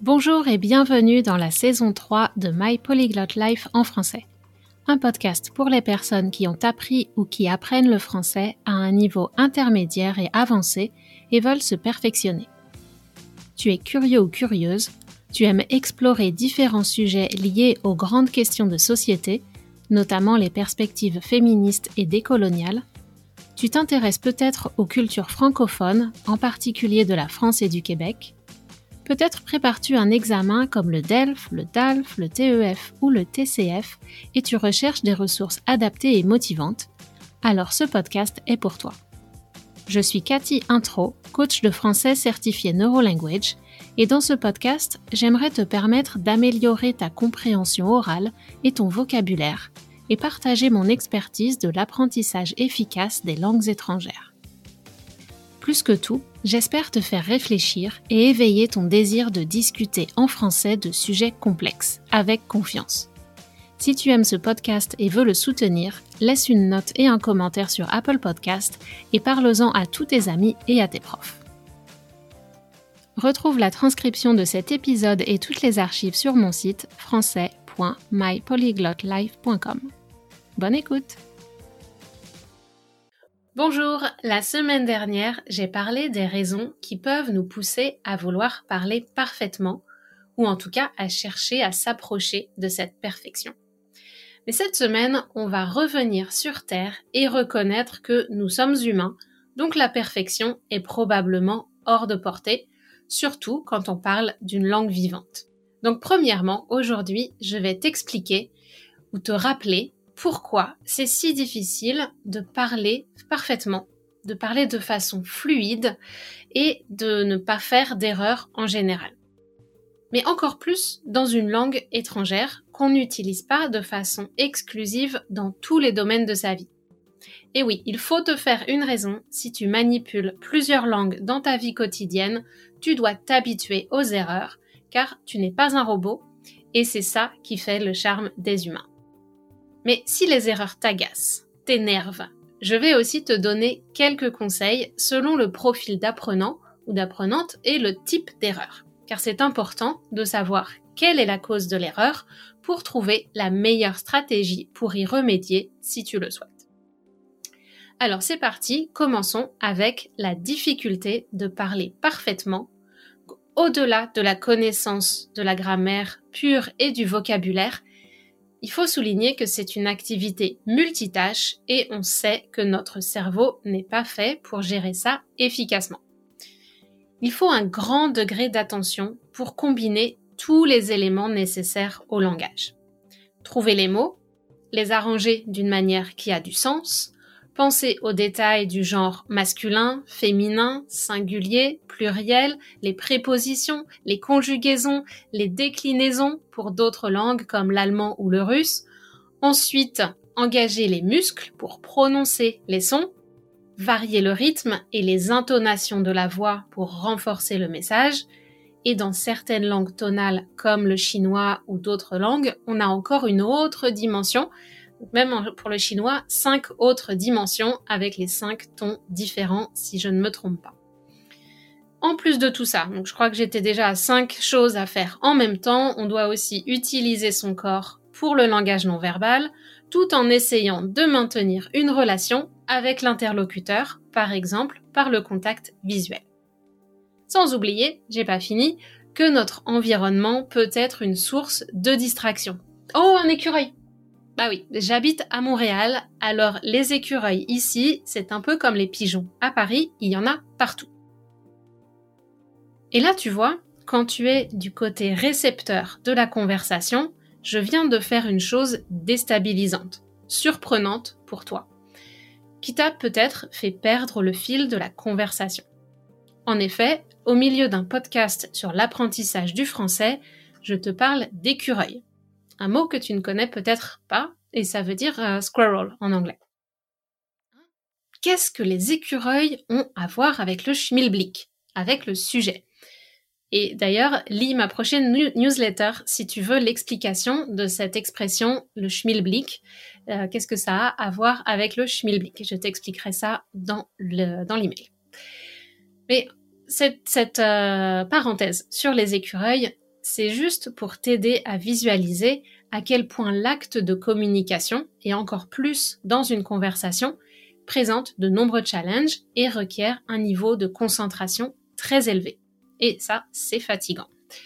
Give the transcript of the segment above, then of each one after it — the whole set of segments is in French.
Bonjour et bienvenue dans la saison 3 de My Polyglot Life en français. Un podcast pour les personnes qui ont appris ou qui apprennent le français à un niveau intermédiaire et avancé et veulent se perfectionner. Tu es curieux ou curieuse, tu aimes explorer différents sujets liés aux grandes questions de société, notamment les perspectives féministes et décoloniales. Tu t'intéresses peut-être aux cultures francophones, en particulier de la France et du Québec. Peut-être prépares-tu un examen comme le DELF, le DALF, le TEF ou le TCF et tu recherches des ressources adaptées et motivantes. Alors ce podcast est pour toi. Je suis Cathy Intro, coach de français certifié Neurolanguage et dans ce podcast, j'aimerais te permettre d'améliorer ta compréhension orale et ton vocabulaire et partager mon expertise de l'apprentissage efficace des langues étrangères. Plus que tout, j'espère te faire réfléchir et éveiller ton désir de discuter en français de sujets complexes, avec confiance. Si tu aimes ce podcast et veux le soutenir, laisse une note et un commentaire sur Apple Podcast et parle-en à tous tes amis et à tes profs. Retrouve la transcription de cet épisode et toutes les archives sur mon site français.mypolyglotlife.com. Bonne écoute! Bonjour, la semaine dernière, j'ai parlé des raisons qui peuvent nous pousser à vouloir parler parfaitement, ou en tout cas à chercher à s'approcher de cette perfection. Mais cette semaine, on va revenir sur Terre et reconnaître que nous sommes humains, donc la perfection est probablement hors de portée, surtout quand on parle d'une langue vivante. Donc premièrement, aujourd'hui, je vais t'expliquer ou te rappeler pourquoi c'est si difficile de parler parfaitement, de parler de façon fluide et de ne pas faire d'erreurs en général. Mais encore plus dans une langue étrangère qu'on n'utilise pas de façon exclusive dans tous les domaines de sa vie. Et oui, il faut te faire une raison, si tu manipules plusieurs langues dans ta vie quotidienne, tu dois t'habituer aux erreurs, car tu n'es pas un robot, et c'est ça qui fait le charme des humains. Mais si les erreurs t'agacent, t'énervent, je vais aussi te donner quelques conseils selon le profil d'apprenant ou d'apprenante et le type d'erreur. Car c'est important de savoir quelle est la cause de l'erreur pour trouver la meilleure stratégie pour y remédier si tu le souhaites. Alors c'est parti, commençons avec la difficulté de parler parfaitement. Au-delà de la connaissance de la grammaire pure et du vocabulaire, il faut souligner que c'est une activité multitâche et on sait que notre cerveau n'est pas fait pour gérer ça efficacement. Il faut un grand degré d'attention pour combiner tous les éléments nécessaires au langage. Trouver les mots, les arranger d'une manière qui a du sens, penser aux détails du genre masculin, féminin, singulier, pluriel, les prépositions, les conjugaisons, les déclinaisons pour d'autres langues comme l'allemand ou le russe. Ensuite, engager les muscles pour prononcer les sons, varier le rythme et les intonations de la voix pour renforcer le message. Et dans certaines langues tonales comme le chinois ou d'autres langues, on a encore une autre dimension. Même pour le chinois, 5 autres dimensions avec les 5 tons différents si je ne me trompe pas. En plus de tout ça, donc je crois que j'étais déjà à 5 choses à faire en même temps, on doit aussi utiliser son corps pour le langage non verbal, tout en essayant de maintenir une relation avec l'interlocuteur, par exemple par le contact visuel. Sans oublier, j'ai pas fini, que notre environnement peut être une source de distraction. Oh, un écureuil! Bah oui, j'habite à Montréal, alors les écureuils ici, c'est un peu comme les pigeons. À Paris, il y en a partout. Et là, tu vois, quand tu es du côté récepteur de la conversation, je viens de faire une chose déstabilisante, surprenante pour toi, qui t'a peut-être fait perdre le fil de la conversation. En effet, au milieu d'un podcast sur l'apprentissage du français, je te parle d'écureuil. Un mot que tu ne connais peut-être pas, et ça veut dire squirrel en anglais. Qu'est-ce que les écureuils ont à voir avec le schmilblick, avec le sujet? Et d'ailleurs, lis ma prochaine newsletter si tu veux l'explication de cette expression, le schmilblick. Qu'est-ce que ça a à voir avec le schmilblick? Je t'expliquerai ça dans l'email. Mais cette parenthèse sur les écureuils, c'est juste pour t'aider à visualiser à quel point l'acte de communication, et encore plus dans une conversation, présente de nombreux challenges et requiert un niveau de concentration très élevé. Et ça, c'est fatigant.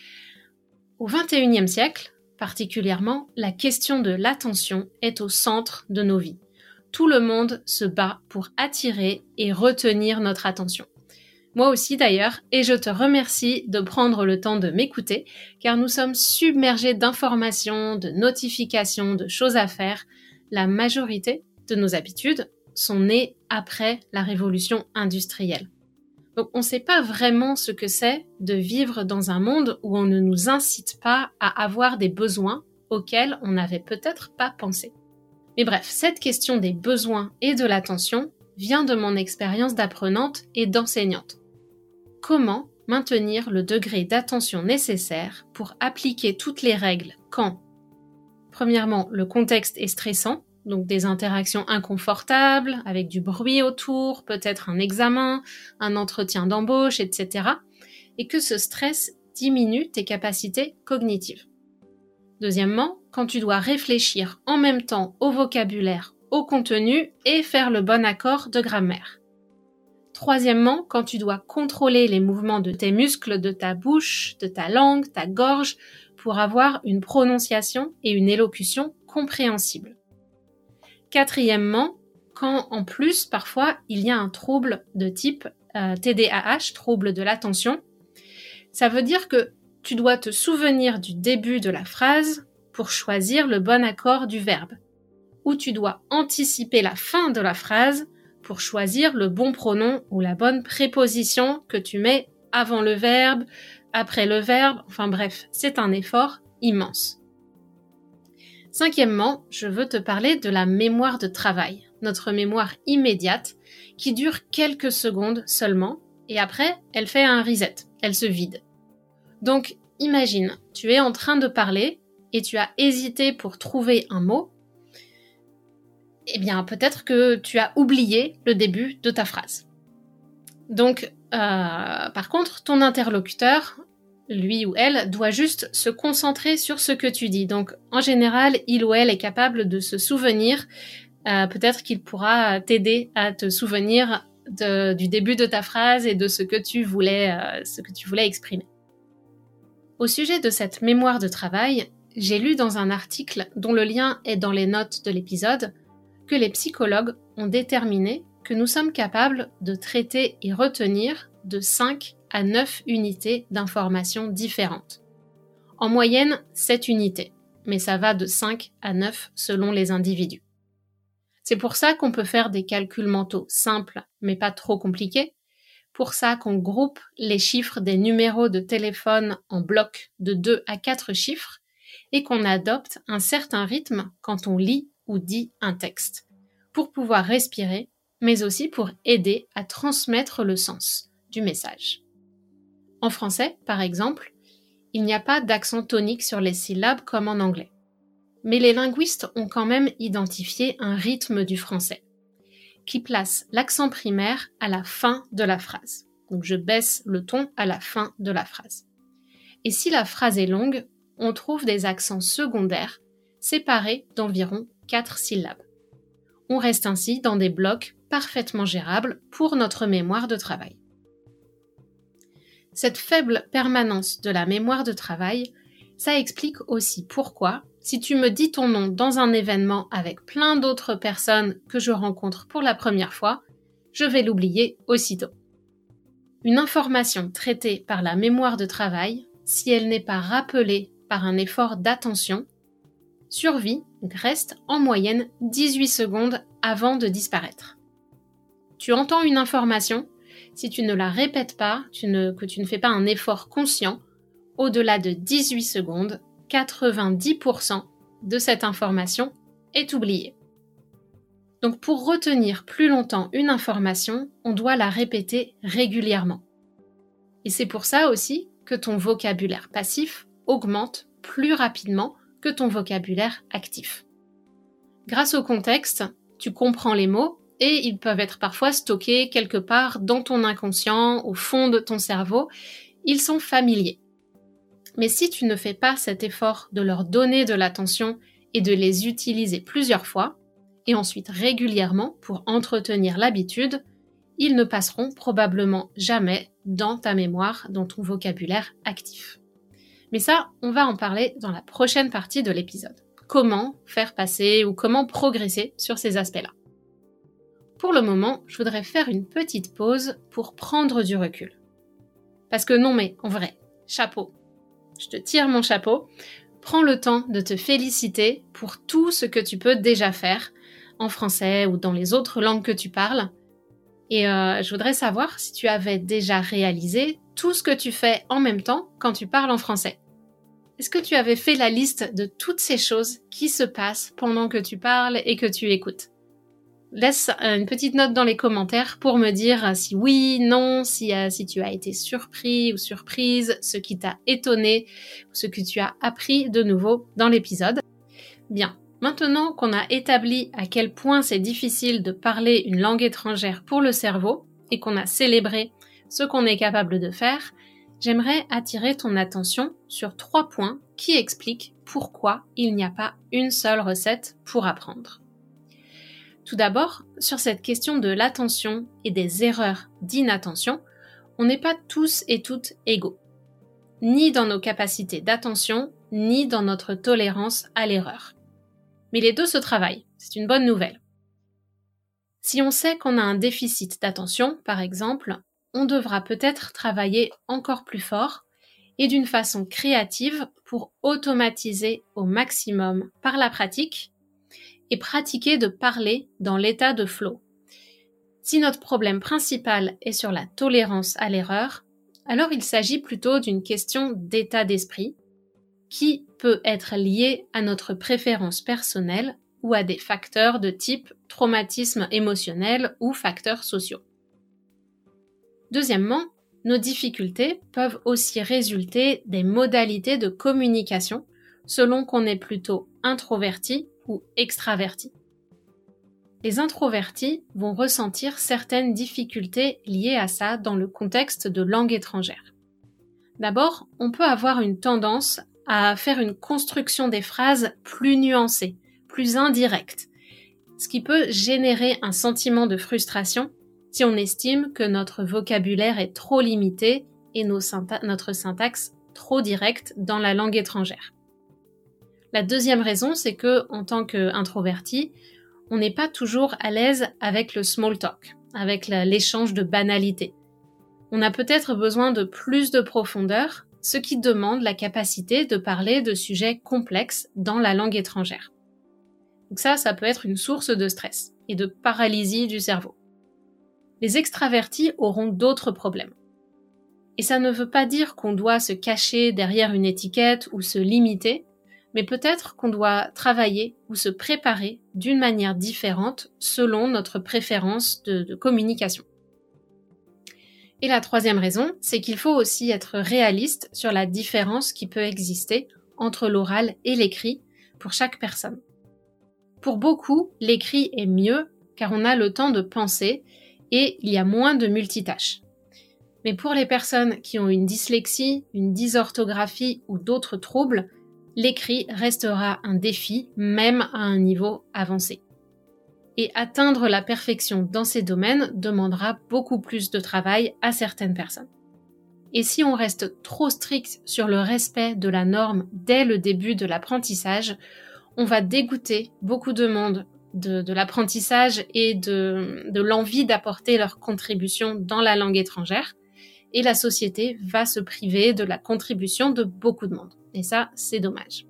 Au XXIe siècle, particulièrement, la question de l'attention est au centre de nos vies. Tout le monde se bat pour attirer et retenir notre attention. Moi aussi d'ailleurs, et je te remercie de prendre le temps de m'écouter, car nous sommes submergés d'informations, de notifications, de choses à faire. La majorité de nos habitudes sont nées après la révolution industrielle. Donc on ne sait pas vraiment ce que c'est de vivre dans un monde où on ne nous incite pas à avoir des besoins auxquels on n'avait peut-être pas pensé. Mais bref, cette question des besoins et de l'attention vient de mon expérience d'apprenante et d'enseignante. Comment maintenir le degré d'attention nécessaire pour appliquer toutes les règles quand, premièrement, le contexte est stressant, donc des interactions inconfortables, avec du bruit autour, peut-être un examen, un entretien d'embauche, etc. et que ce stress diminue tes capacités cognitives. Deuxièmement, quand tu dois réfléchir en même temps au vocabulaire, au contenu et faire le bon accord de grammaire. Troisièmement, quand tu dois contrôler les mouvements de tes muscles, de ta bouche, de ta langue, ta gorge, pour avoir une prononciation et une élocution compréhensibles. Quatrièmement, quand en plus, parfois, il y a un trouble de type TDAH, trouble de l'attention, ça veut dire que tu dois te souvenir du début de la phrase pour choisir le bon accord du verbe, ou tu dois anticiper la fin de la phrase pour choisir le bon pronom ou la bonne préposition que tu mets avant le verbe, après le verbe, enfin bref, c'est un effort immense. Cinquièmement, je veux te parler de la mémoire de travail, notre mémoire immédiate qui dure quelques secondes seulement et après, elle fait un reset, elle se vide. Donc, imagine, tu es en train de parler et tu as hésité pour trouver un mot. Eh bien, peut-être que tu as oublié le début de ta phrase. Donc, par contre, ton interlocuteur, lui ou elle, doit juste se concentrer sur ce que tu dis. Donc, en général, il ou elle est capable de se souvenir. Peut-être qu'il pourra t'aider à te souvenir du début de ta phrase et de ce que tu voulais exprimer. Au sujet de cette mémoire de travail, j'ai lu dans un article dont le lien est dans les notes de l'épisode que les psychologues ont déterminé que nous sommes capables de traiter et retenir de 5 à 9 unités d'informations différentes. En moyenne, 7 unités, mais ça va de 5 à 9 selon les individus. C'est pour ça qu'on peut faire des calculs mentaux simples, mais pas trop compliqués. Pour ça qu'on groupe les chiffres des numéros de téléphone en blocs de 2 à 4 chiffres et qu'on adopte un certain rythme quand on lit ou dit un texte, pour pouvoir respirer, mais aussi pour aider à transmettre le sens du message. En français, par exemple, il n'y a pas d'accent tonique sur les syllabes comme en anglais. Mais les linguistes ont quand même identifié un rythme du français, qui place l'accent primaire à la fin de la phrase. Donc je baisse le ton à la fin de la phrase. Et si la phrase est longue, on trouve des accents secondaires séparés d'environ 4 syllabes. On reste ainsi dans des blocs parfaitement gérables pour notre mémoire de travail. Cette faible permanence de la mémoire de travail, ça explique aussi pourquoi, si tu me dis ton nom dans un événement avec plein d'autres personnes que je rencontre pour la première fois, je vais l'oublier aussitôt. Une information traitée par la mémoire de travail, si elle n'est pas rappelée par un effort d'attention, survit, reste en moyenne 18 secondes avant de disparaître. Tu entends une information, si tu ne la répètes pas, que tu ne fais pas un effort conscient, au-delà de 18 secondes, 90% de cette information est oubliée. Donc pour retenir plus longtemps une information, on doit la répéter régulièrement. Et c'est pour ça aussi que ton vocabulaire passif augmente plus rapidement que ton vocabulaire actif. Grâce au contexte, tu comprends les mots et ils peuvent être parfois stockés quelque part dans ton inconscient, au fond de ton cerveau. Ils sont familiers. Mais si tu ne fais pas cet effort de leur donner de l'attention et de les utiliser plusieurs fois, et ensuite régulièrement pour entretenir l'habitude, ils ne passeront probablement jamais dans ta mémoire, dans ton vocabulaire actif. Mais ça, on va en parler dans la prochaine partie de l'épisode. Comment faire passer ou comment progresser sur ces aspects-là. Pour le moment, je voudrais faire une petite pause pour prendre du recul. Parce que non mais, en vrai, chapeau. Je te tire mon chapeau. Prends le temps de te féliciter pour tout ce que tu peux déjà faire en français ou dans les autres langues que tu parles. Et je voudrais savoir si tu avais déjà réalisé tout ce que tu fais en même temps quand tu parles en français. Est-ce que tu avais fait la liste de toutes ces choses qui se passent pendant que tu parles et que tu écoutes ? Laisse une petite note dans les commentaires pour me dire si oui, non, si tu as été surpris ou surprise, ce qui t'a étonné, ce que tu as appris de nouveau dans l'épisode. Bien, maintenant qu'on a établi à quel point c'est difficile de parler une langue étrangère pour le cerveau et qu'on a célébré ce qu'on est capable de faire, j'aimerais attirer ton attention sur 3 points qui expliquent pourquoi il n'y a pas une seule recette pour apprendre. Tout d'abord, sur cette question de l'attention et des erreurs d'inattention, on n'est pas tous et toutes égaux, ni dans nos capacités d'attention, ni dans notre tolérance à l'erreur. Mais les deux se travaillent, c'est une bonne nouvelle. Si on sait qu'on a un déficit d'attention, par exemple, on devra peut-être travailler encore plus fort et d'une façon créative pour automatiser au maximum par la pratique et pratiquer de parler dans l'état de flow. Si notre problème principal est sur la tolérance à l'erreur, alors il s'agit plutôt d'une question d'état d'esprit qui peut être liée à notre préférence personnelle ou à des facteurs de type traumatisme émotionnel ou facteurs sociaux. Deuxièmement, nos difficultés peuvent aussi résulter des modalités de communication selon qu'on est plutôt introverti ou extraverti. Les introvertis vont ressentir certaines difficultés liées à ça dans le contexte de langue étrangère. D'abord, on peut avoir une tendance à faire une construction des phrases plus nuancée, plus indirecte, ce qui peut générer un sentiment de frustration si on estime que notre vocabulaire est trop limité et notre syntaxe trop directe dans la langue étrangère. La deuxième raison, c'est que, en tant qu'introverti, on n'est pas toujours à l'aise avec le small talk, avec l'échange de banalités. On a peut-être besoin de plus de profondeur, ce qui demande la capacité de parler de sujets complexes dans la langue étrangère. Donc ça peut être une source de stress et de paralysie du cerveau. Les extravertis auront d'autres problèmes. Et ça ne veut pas dire qu'on doit se cacher derrière une étiquette ou se limiter, mais peut-être qu'on doit travailler ou se préparer d'une manière différente selon notre préférence de communication. Et la troisième raison, c'est qu'il faut aussi être réaliste sur la différence qui peut exister entre l'oral et l'écrit pour chaque personne. Pour beaucoup, l'écrit est mieux car on a le temps de penser et il y a moins de multitâches. Mais pour les personnes qui ont une dyslexie, une dysorthographie ou d'autres troubles, l'écrit restera un défi, même à un niveau avancé. Et atteindre la perfection dans ces domaines demandera beaucoup plus de travail à certaines personnes. Et si on reste trop strict sur le respect de la norme dès le début de l'apprentissage, on va dégoûter beaucoup de monde de l'apprentissage et de l'envie d'apporter leur contribution dans la langue étrangère, et la société va se priver de la contribution de beaucoup de monde. Et ça, c'est dommage.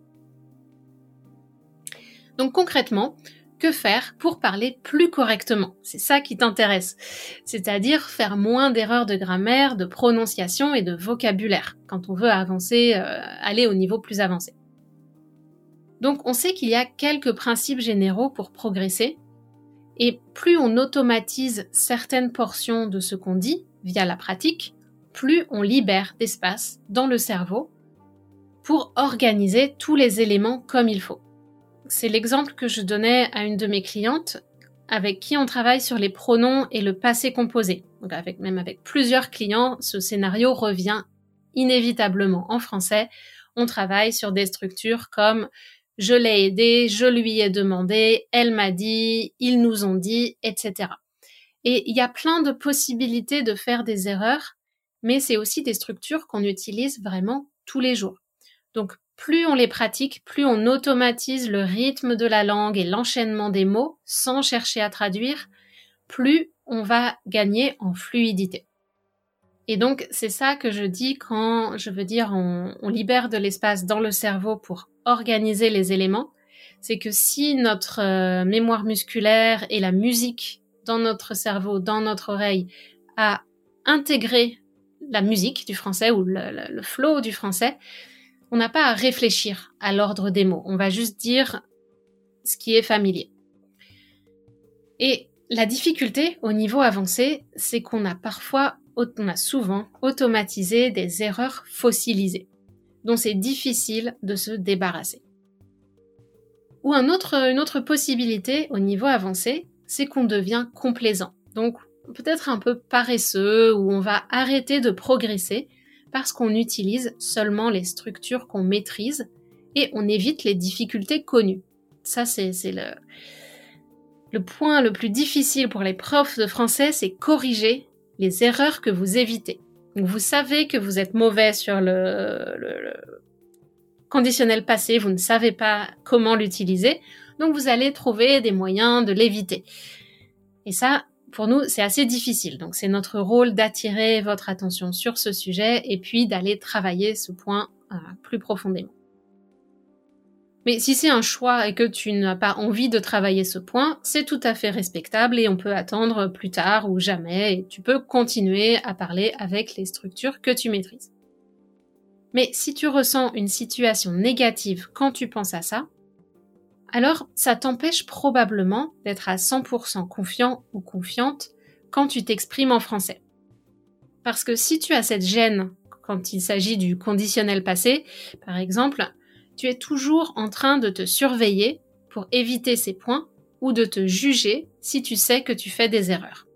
Donc concrètement, que faire pour parler plus correctement ? C'est ça qui t'intéresse. C'est-à-dire faire moins d'erreurs de grammaire, de prononciation et de vocabulaire quand on veut avancer, aller au niveau plus avancé. Donc on sait qu'il y a quelques principes généraux pour progresser, et plus on automatise certaines portions de ce qu'on dit via la pratique, plus on libère d'espace dans le cerveau pour organiser tous les éléments comme il faut. C'est l'exemple que je donnais à une de mes clientes avec qui on travaille sur les pronoms et le passé composé. Donc avec plusieurs clients, ce scénario revient inévitablement en français, on travaille sur des structures comme je l'ai aidé, je lui ai demandé, elle m'a dit, ils nous ont dit, etc. Et il y a plein de possibilités de faire des erreurs, mais c'est aussi des structures qu'on utilise vraiment tous les jours. Donc, plus on les pratique, plus on automatise le rythme de la langue et l'enchaînement des mots sans chercher à traduire, plus on va gagner en fluidité. Et donc, c'est ça que je dis quand je veux dire on libère de l'espace dans le cerveau pour organiser les éléments. C'est que si notre mémoire musculaire et la musique dans notre cerveau, dans notre oreille, a intégré la musique du français ou le flow du français, on n'a pas à réfléchir à l'ordre des mots. On va juste dire ce qui est familier. Et la difficulté au niveau avancé, c'est qu'on a souvent automatisé des erreurs fossilisées, dont c'est difficile de se débarrasser. Ou une autre possibilité au niveau avancé, c'est qu'on devient complaisant. Donc peut-être un peu paresseux, ou on va arrêter de progresser parce qu'on utilise seulement les structures qu'on maîtrise et on évite les difficultés connues. Ça, c'est le point le plus difficile pour les profs de français, c'est corriger les erreurs que vous évitez. Donc vous savez que vous êtes mauvais sur le conditionnel passé, vous ne savez pas comment l'utiliser, donc vous allez trouver des moyens de l'éviter. Et ça, pour nous, c'est assez difficile. Donc c'est notre rôle d'attirer votre attention sur ce sujet et puis d'aller travailler ce point plus profondément. Mais si c'est un choix et que tu n'as pas envie de travailler ce point, c'est tout à fait respectable et on peut attendre plus tard ou jamais et tu peux continuer à parler avec les structures que tu maîtrises. Mais si tu ressens une situation négative quand tu penses à ça, alors ça t'empêche probablement d'être à 100% confiant ou confiante quand tu t'exprimes en français. Parce que si tu as cette gêne quand il s'agit du conditionnel passé, par exemple, tu es toujours en train de te surveiller pour éviter ces points ou de te juger si tu sais que tu fais des erreurs.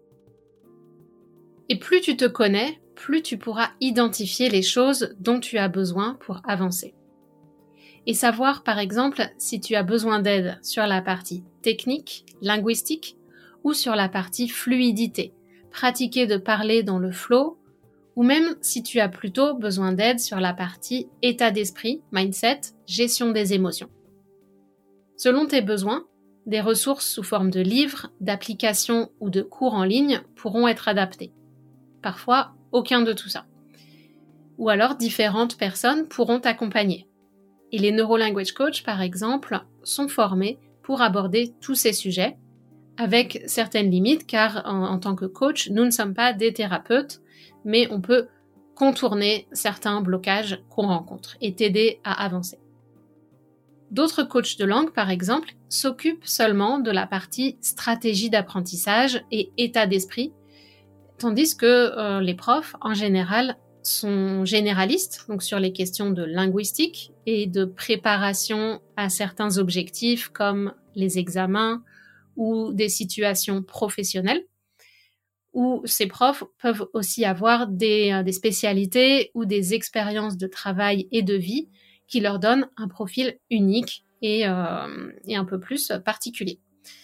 Et plus tu te connais, plus tu pourras identifier les choses dont tu as besoin pour avancer. Et savoir, par exemple, si tu as besoin d'aide sur la partie technique, linguistique, ou sur la partie fluidité, pratiquer de parler dans le flow, ou même si tu as plutôt besoin d'aide sur la partie état d'esprit, mindset, gestion des émotions. Selon tes besoins, des ressources sous forme de livres, d'applications ou de cours en ligne pourront être adaptées. Parfois, aucun de tout ça. Ou alors, différentes personnes pourront t'accompagner. Et les Neuro-Language Coach, par exemple, sont formés pour aborder tous ces sujets, avec certaines limites, car en tant que coach, nous ne sommes pas des thérapeutes, mais on peut contourner certains blocages qu'on rencontre et t'aider à avancer. D'autres coachs de langue, par exemple, s'occupent seulement de la partie stratégie d'apprentissage et état d'esprit, tandis que les profs, en général, sont généralistes, donc sur les questions de linguistique et de préparation à certains objectifs comme les examens ou des situations professionnelles, où ces profs peuvent aussi avoir des spécialités ou des expériences de travail et de vie qui leur donnent un profil unique et un peu plus particulier.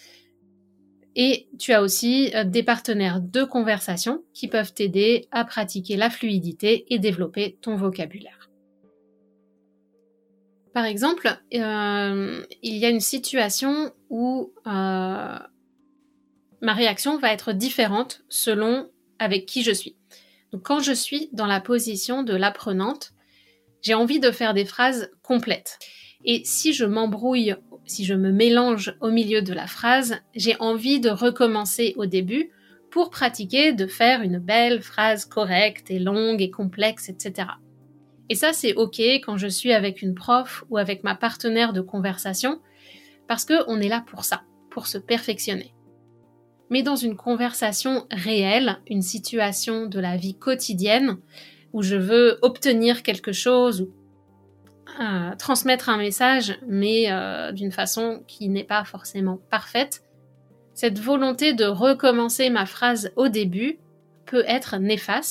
Et tu as aussi des partenaires de conversation qui peuvent t'aider à pratiquer la fluidité et développer ton vocabulaire. Par exemple, il y a une situation où ma réaction va être différente selon avec qui je suis. Donc, quand je suis dans la position de l'apprenante, j'ai envie de faire des phrases complètes. Et si je m'embrouille, si je me mélange au milieu de la phrase, j'ai envie de recommencer au début pour pratiquer de faire une belle phrase correcte et longue et complexe, etc. Et ça, c'est OK quand je suis avec une prof ou avec ma partenaire de conversation, parce qu'on est là pour ça, pour se perfectionner. Mais dans une conversation réelle, une situation de la vie quotidienne, où je veux obtenir quelque chose ou transmettre un message, mais d'une façon qui n'est pas forcément parfaite, cette volonté de recommencer ma phrase au début peut être néfaste,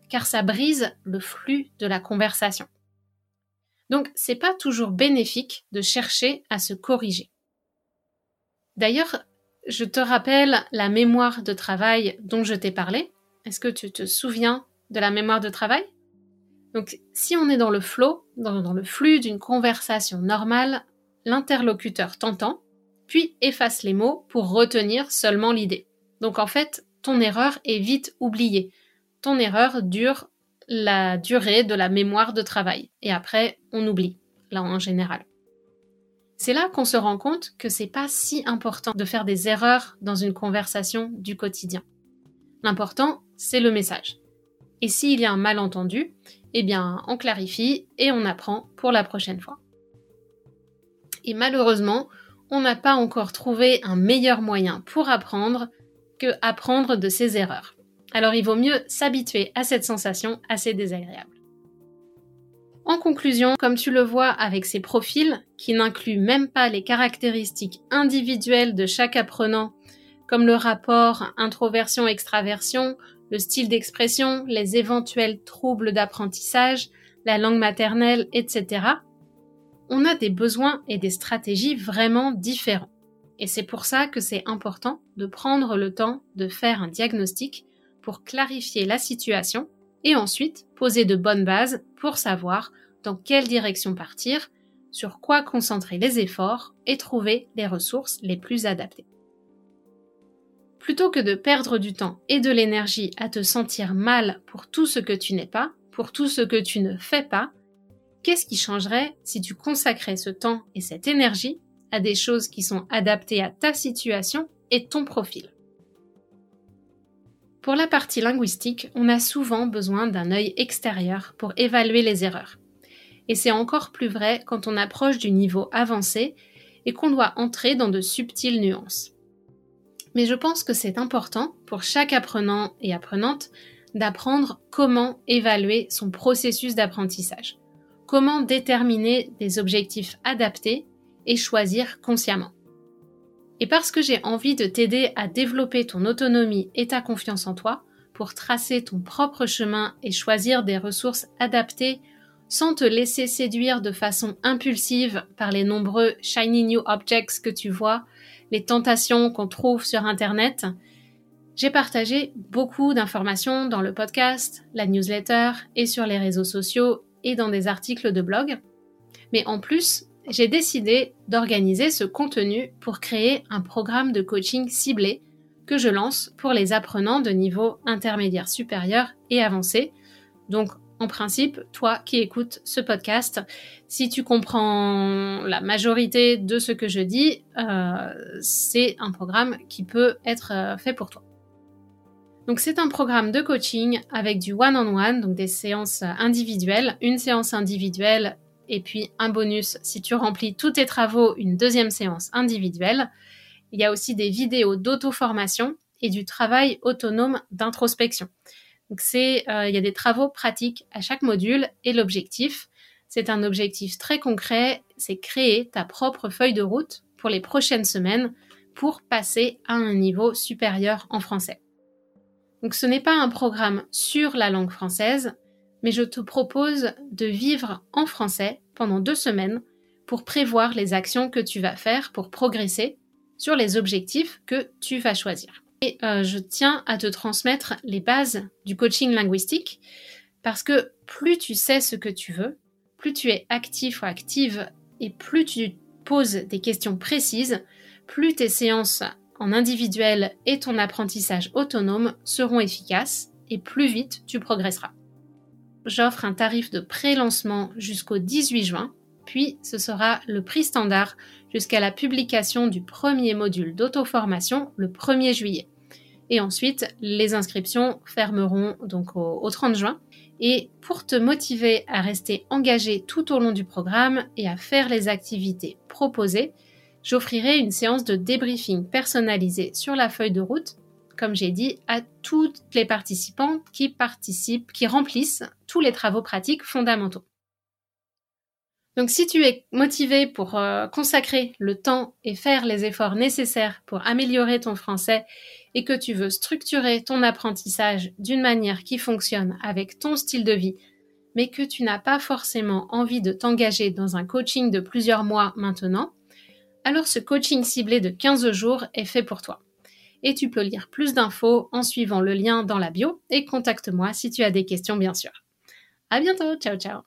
car ça brise le flux de la conversation. Donc, c'est pas toujours bénéfique de chercher à se corriger. D'ailleurs, je te rappelle la mémoire de travail dont je t'ai parlé. Est-ce que tu te souviens de la mémoire de travail ? Donc, si on est dans le flow, dans le flux d'une conversation normale, l'interlocuteur t'entend, puis efface les mots pour retenir seulement l'idée. Donc en fait, ton erreur est vite oubliée. Ton erreur dure la durée de la mémoire de travail. Et après, on oublie, là en général. C'est là qu'on se rend compte que c'est pas si important de faire des erreurs dans une conversation du quotidien. L'important, c'est le message. Et s'il y a un malentendu, eh bien, on clarifie et on apprend pour la prochaine fois. Et malheureusement, on n'a pas encore trouvé un meilleur moyen pour apprendre que apprendre de ses erreurs. Alors il vaut mieux s'habituer à cette sensation assez désagréable. En conclusion, comme tu le vois avec ces profils, qui n'incluent même pas les caractéristiques individuelles de chaque apprenant, comme le rapport introversion-extraversion, le style d'expression, les éventuels troubles d'apprentissage, la langue maternelle, etc., on a des besoins et des stratégies vraiment différents. Et c'est pour ça que c'est important de prendre le temps de faire un diagnostic pour clarifier la situation et ensuite poser de bonnes bases pour savoir dans quelle direction partir, sur quoi concentrer les efforts et trouver les ressources les plus adaptées. Plutôt que de perdre du temps et de l'énergie à te sentir mal pour tout ce que tu n'es pas, pour tout ce que tu ne fais pas, qu'est-ce qui changerait si tu consacrais ce temps et cette énergie à des choses qui sont adaptées à ta situation et ton profil ? Pour la partie linguistique, on a souvent besoin d'un œil extérieur pour évaluer les erreurs. Et c'est encore plus vrai quand on approche du niveau avancé et qu'on doit entrer dans de subtiles nuances. Mais je pense que c'est important pour chaque apprenant et apprenante d'apprendre comment évaluer son processus d'apprentissage, comment déterminer des objectifs adaptés et choisir consciemment. Et parce que j'ai envie de t'aider à développer ton autonomie et ta confiance en toi pour tracer ton propre chemin et choisir des ressources adaptées sans te laisser séduire de façon impulsive par les nombreux shiny new objects que tu vois, les tentations qu'on trouve sur Internet, j'ai partagé beaucoup d'informations dans le podcast, la newsletter et sur les réseaux sociaux et dans des articles de blog. Mais en plus, j'ai décidé d'organiser ce contenu pour créer un programme de coaching ciblé que je lance pour les apprenants de niveau intermédiaire supérieur et avancé. Donc, en principe, toi qui écoutes ce podcast, si tu comprends la majorité de ce que je dis, c'est un programme qui peut être fait pour toi. Donc c'est un programme de coaching avec du one-on-one, donc des séances individuelles, une séance individuelle et puis un bonus si tu remplis tous tes travaux, une deuxième séance individuelle. Il y a aussi des vidéos d'auto-formation et du travail autonome d'introspection. Donc il y a des travaux pratiques à chaque module et l'objectif, c'est un objectif très concret, c'est créer ta propre feuille de route pour les prochaines semaines pour passer à un niveau supérieur en français. Donc ce n'est pas un programme sur la langue française, mais je te propose de vivre en français pendant 2 semaines pour prévoir les actions que tu vas faire pour progresser sur les objectifs que tu vas choisir. Et je tiens à te transmettre les bases du coaching linguistique parce que plus tu sais ce que tu veux, plus tu es actif ou active et plus tu poses des questions précises, plus tes séances en individuel et ton apprentissage autonome seront efficaces et plus vite tu progresseras. J'offre un tarif de pré-lancement jusqu'au 18 juin, puis ce sera le prix standard jusqu'à la publication du premier module d'auto-formation le 1er juillet. Et ensuite, les inscriptions fermeront donc au 30 juin. Et pour te motiver à rester engagé tout au long du programme et à faire les activités proposées, j'offrirai une séance de débriefing personnalisée sur la feuille de route, comme j'ai dit, à toutes les participantes qui remplissent tous les travaux pratiques fondamentaux. Donc si tu es motivé pour consacrer le temps et faire les efforts nécessaires pour améliorer ton français et que tu veux structurer ton apprentissage d'une manière qui fonctionne avec ton style de vie, mais que tu n'as pas forcément envie de t'engager dans un coaching de plusieurs mois maintenant, alors ce coaching ciblé de 15 jours est fait pour toi. Et tu peux lire plus d'infos en suivant le lien dans la bio et contacte-moi si tu as des questions bien sûr. À bientôt, ciao ciao.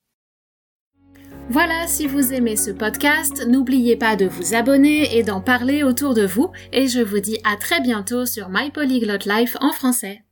Voilà, si vous aimez ce podcast, n'oubliez pas de vous abonner et d'en parler autour de vous et je vous dis à très bientôt sur My Polyglot Life en français.